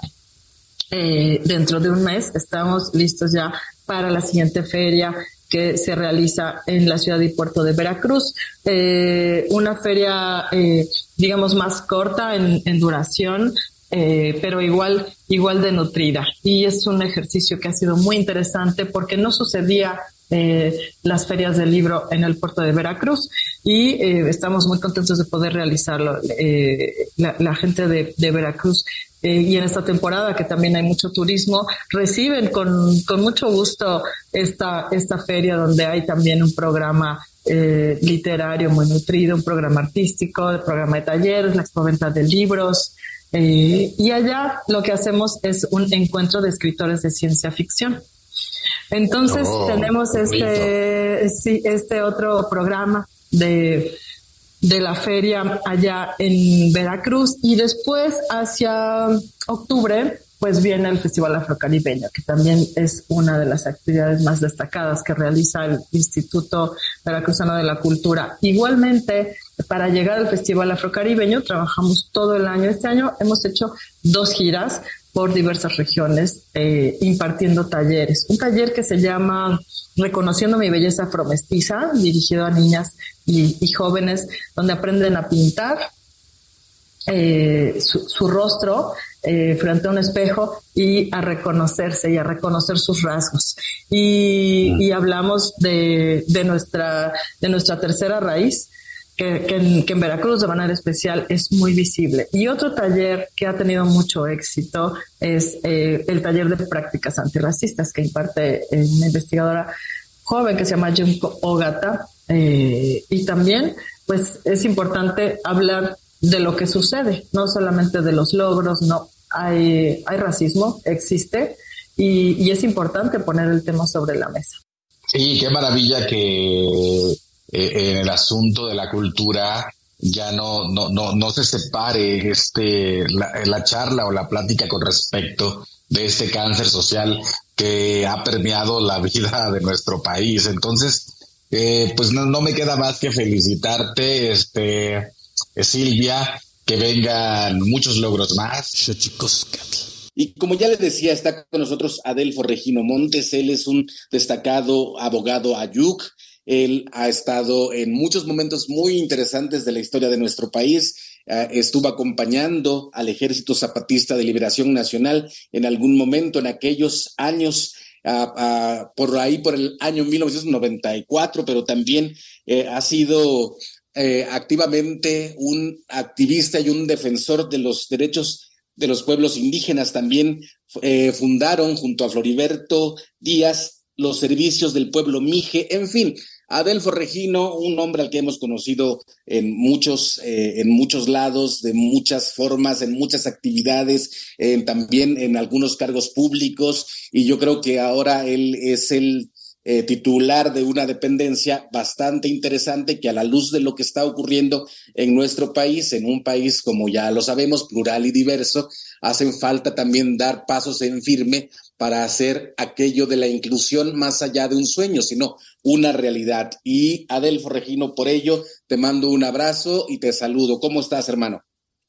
eh, dentro de un mes, estamos listos ya para la siguiente feria que se realiza en la ciudad y puerto de Veracruz. Eh, una feria, eh, digamos, más corta en, en duración, eh, pero igual, igual de nutrida. Y es un ejercicio que ha sido muy interesante porque no sucedía eh, las ferias del libro en el puerto de Veracruz y eh, estamos muy contentos de poder realizarlo. Eh, la, la gente de, de Veracruz Eh, y en esta temporada que también hay mucho turismo, reciben con, con mucho gusto esta, esta feria donde hay también un programa eh, literario muy nutrido, un programa artístico, el programa de talleres, la expoventa de libros. Eh, y allá lo que hacemos es un encuentro de escritores de ciencia ficción. Entonces oh, tenemos este, sí, este otro programa de... de la feria allá en Veracruz y después hacia octubre pues viene el Festival Afrocaribeño, que también es una de las actividades más destacadas que realiza el Instituto Veracruzano de la Cultura. Igualmente, para llegar al Festival Afrocaribeño trabajamos todo el año. Este año hemos hecho dos giras por diversas regiones eh, impartiendo talleres. Un taller que se llama Reconociendo mi belleza afromestiza, dirigido a niñas y, y jóvenes, donde aprenden a pintar eh, su, su rostro eh, frente a un espejo y a reconocerse y a reconocer sus rasgos. Y, y hablamos de, de nuestra, de nuestra tercera raíz, que, que, en, que en Veracruz de manera especial es muy visible. Y otro taller que ha tenido mucho éxito es eh, el taller de prácticas antirracistas que imparte eh, una investigadora joven que se llama Junko Ogata. Eh, y también pues es importante hablar de lo que sucede, no solamente de los logros. No, hay, hay racismo, existe, y, y es importante poner el tema sobre la mesa. Sí, qué maravilla que Eh, en el asunto de la cultura ya no no no no se separe este la, la charla o la plática con respecto de este cáncer social que ha permeado la vida de nuestro país. Entonces eh, pues no, no me queda más que felicitarte, este Silvia, que vengan muchos logros más. Y como ya les decía, está con nosotros Adelfo Regino Montes. Él es un destacado abogado ayuk. Él ha estado en muchos momentos muy interesantes de la historia de nuestro país. Uh, estuvo acompañando al Ejército Zapatista de Liberación Nacional en algún momento en aquellos años, uh, uh, por ahí por el año mil novecientos noventa y cuatro, pero también eh, ha sido eh, activamente un activista y un defensor de los derechos de los pueblos indígenas. También eh, fundaron junto a Floriberto Díaz los servicios del pueblo Mije. En fin, Adelfo Regino, un hombre al que hemos conocido en muchos, eh, en muchos lados, de muchas formas, en muchas actividades, eh, también en algunos cargos públicos, y yo creo que ahora él es el eh, titular de una dependencia bastante interesante que, a la luz de lo que está ocurriendo en nuestro país, en un país, como ya lo sabemos, plural y diverso, hacen falta también dar pasos en firme para hacer aquello de la inclusión más allá de un sueño, sino una realidad. Y Adelfo Regino, por ello, te mando un abrazo y te saludo. ¿Cómo estás, hermano?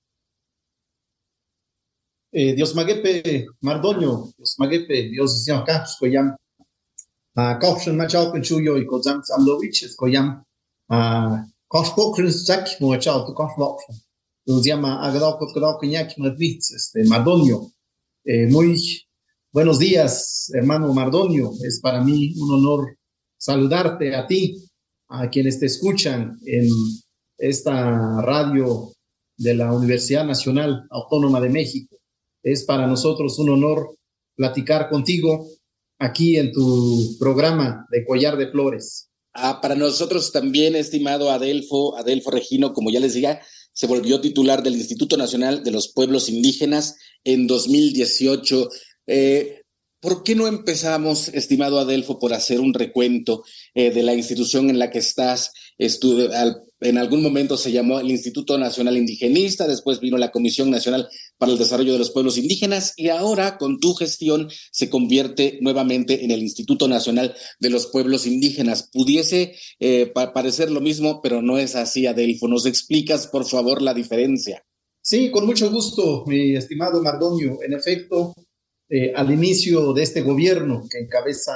Eh, Dios magepe, Mardoño, Dios magepe, Dios acá, escoyam, a Kaufschen Machauken Chuyo y Kozam Samlovich, escoyam, a Koshpokren Zak, Moachau, tu Koshpokren. Nos llama Agradauco, Agradauco, Madvitz, este, Mardoño. Eh, muy buenos días, hermano Mardoño. Es para mí un honor saludarte a ti, a quienes te escuchan en esta radio de la Universidad Nacional Autónoma de México. Es para nosotros un honor platicar contigo aquí en tu programa de Collar de Flores. Ah, para nosotros también, estimado Adelfo, Adelfo Regino, como ya les decía, se volvió titular del Instituto Nacional de los Pueblos Indígenas en dos mil dieciocho. Eh, ¿Por qué no empezamos, estimado Adelfo, por hacer un recuento eh, de la institución en la que estás? Estu- al, en algún momento se llamó el Instituto Nacional Indigenista, después vino la Comisión Nacional para el Desarrollo de los Pueblos Indígenas y ahora, con tu gestión, se convierte nuevamente en el Instituto Nacional de los Pueblos Indígenas. Pudiese eh, pa- parecer lo mismo, pero no es así, Adelfo. ¿Nos explicas, por favor, la diferencia? Sí, con mucho gusto, mi estimado Mardonio. En efecto, eh, al inicio de este gobierno que encabeza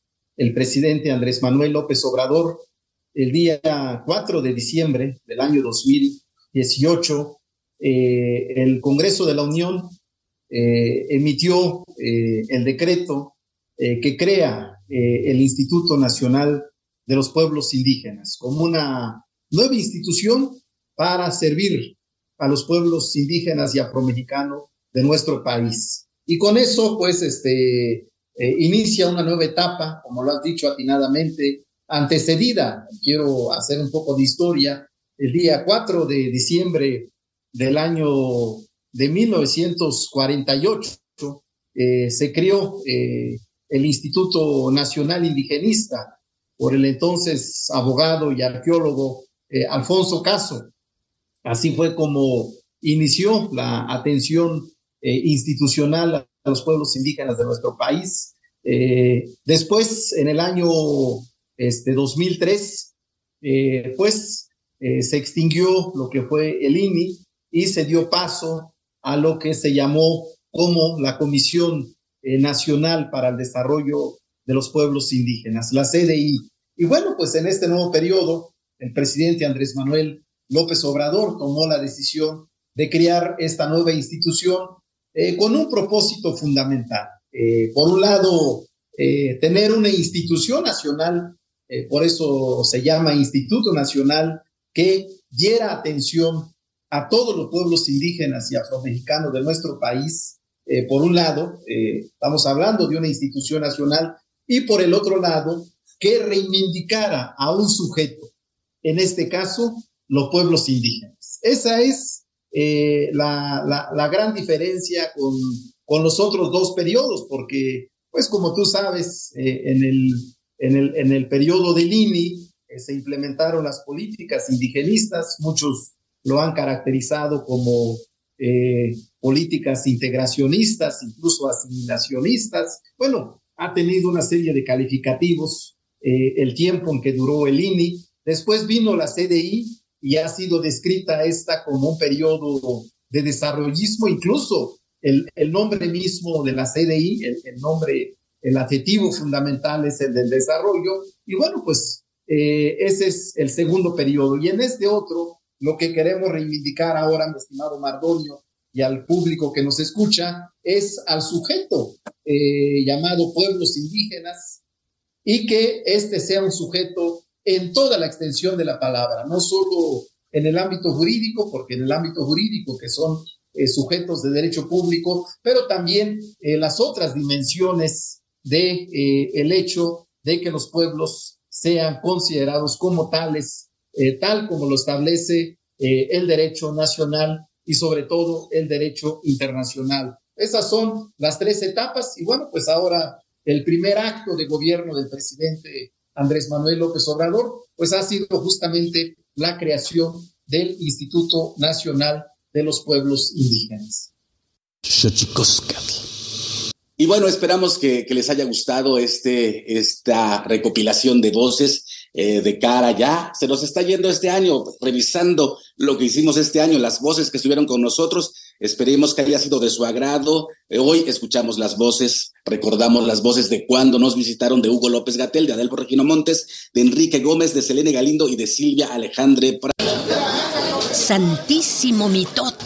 el presidente Andrés Manuel López Obrador, el día cuatro de diciembre del año dos mil dieciocho, eh, el Congreso de la Unión eh, emitió eh, el decreto eh, que crea eh, el Instituto Nacional de los Pueblos Indígenas como una nueva institución para servir a los pueblos indígenas y afromexicanos de nuestro país. Y con eso, pues, este, eh, inicia una nueva etapa, como lo has dicho atinadamente, antecedida. Quiero hacer un poco de historia. El día cuatro de diciembre del año de mil novecientos cuarenta y ocho eh, se creó eh, el Instituto Nacional Indigenista por el entonces abogado y arqueólogo eh, Alfonso Caso. Así fue como inició la atención eh, institucional a los pueblos indígenas de nuestro país. Eh, después, en el año este, dos mil tres, eh, pues eh, se extinguió lo que fue el I N I y se dio paso a lo que se llamó como la Comisión eh, Nacional para el Desarrollo de los Pueblos Indígenas, la C D I. Y bueno, pues en este nuevo periodo, el presidente Andrés Manuel López Obrador tomó la decisión de crear esta nueva institución eh, con un propósito fundamental. Eh, por un lado, eh, tener una institución nacional, eh, por eso se llama Instituto Nacional, que diera atención a todos los pueblos indígenas y afromexicanos de nuestro país. Eh, por un lado, eh, estamos hablando de una institución nacional, y por el otro lado, que reivindicara a un sujeto, en este caso, los pueblos indígenas. Esa es eh, la, la, la gran diferencia con, con los otros dos periodos, porque, pues como tú sabes, eh, en, el, en, el, en el periodo del I N I eh, se implementaron las políticas indigenistas, muchos lo han caracterizado como eh, políticas integracionistas, incluso asimilacionistas. Bueno, ha tenido una serie de calificativos eh, el tiempo en que duró el I N I. Después vino la C D I, y ha sido descrita esta como un periodo de desarrollismo. Incluso el, el nombre mismo de la C D I, el, el nombre, el adjetivo fundamental es el del desarrollo, y bueno, pues eh, ese es el segundo periodo. Y en este otro, lo que queremos reivindicar ahora, mi estimado Mardonio, y al público que nos escucha, es al sujeto eh, llamado pueblos indígenas, y que este sea un sujeto en toda la extensión de la palabra, no solo en el ámbito jurídico, porque en el ámbito jurídico, que son eh, sujetos de derecho público, pero también eh, las otras dimensiones de eh, el hecho de que los pueblos sean considerados como tales, eh, tal como lo establece eh, el derecho nacional y sobre todo el derecho internacional. Esas son las tres etapas, y bueno, pues ahora el primer acto de gobierno del presidente Andrés Manuel López Obrador, pues ha sido justamente la creación del Instituto Nacional de los Pueblos Indígenas. Y bueno, esperamos que, que les haya gustado este, esta recopilación de voces eh, de cara ya. Se nos está yendo este año, revisando lo que hicimos este año, las voces que estuvieron con nosotros. Esperemos que haya sido de su agrado. Eh, hoy escuchamos las voces, recordamos las voces de cuando nos visitaron, de Hugo López-Gatell, de Adelfo Regino Montes, de Enrique Gómez, de Selene Galindo y de Silvia Alejandre Prado. Santísimo Mitote.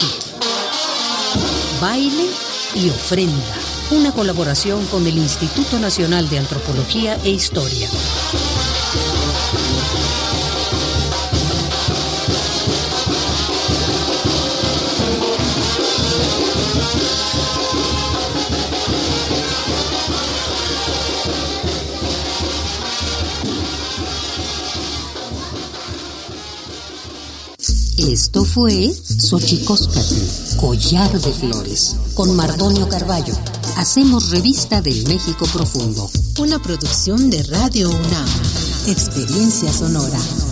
Baile y ofrenda. Una colaboración con el Instituto Nacional de Antropología e Historia. Esto fue Xochicóscatl, Collar de Flores, con Mardonio Carballo. Hacemos Revista del México Profundo. Una producción de Radio UNAM. Experiencia sonora.